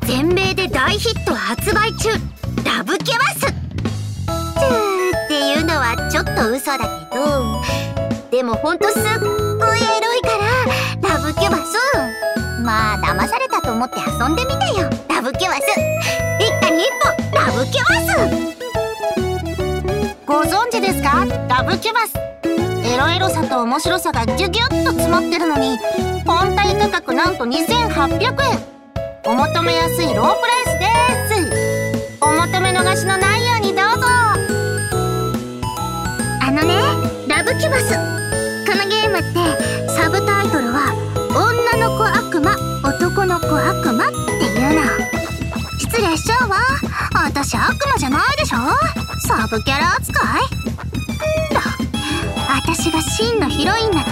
全米で大ヒット発売中、ラブキュバスっていうのはちょっと嘘だけど、でもほんとすっごいエロいからラブキュバス。まあ騙されたと思って遊んでみてよ。ラブキュバス一家に一本ラブキュバス。ご存知ですか？ラブキュバス、エロエロさと面白さがギュギュッと詰まってるのに、本体価格なんと2800円。お求めやすいロープライスです。お求め逃しのないようにどうぞ。ラブキュバス、このゲームってサブタイトルは女の子悪魔、男の子悪魔っていうの。失礼しちゃうわ、私悪魔じゃないでしょ。サブキャラ扱い。私が真のヒロインな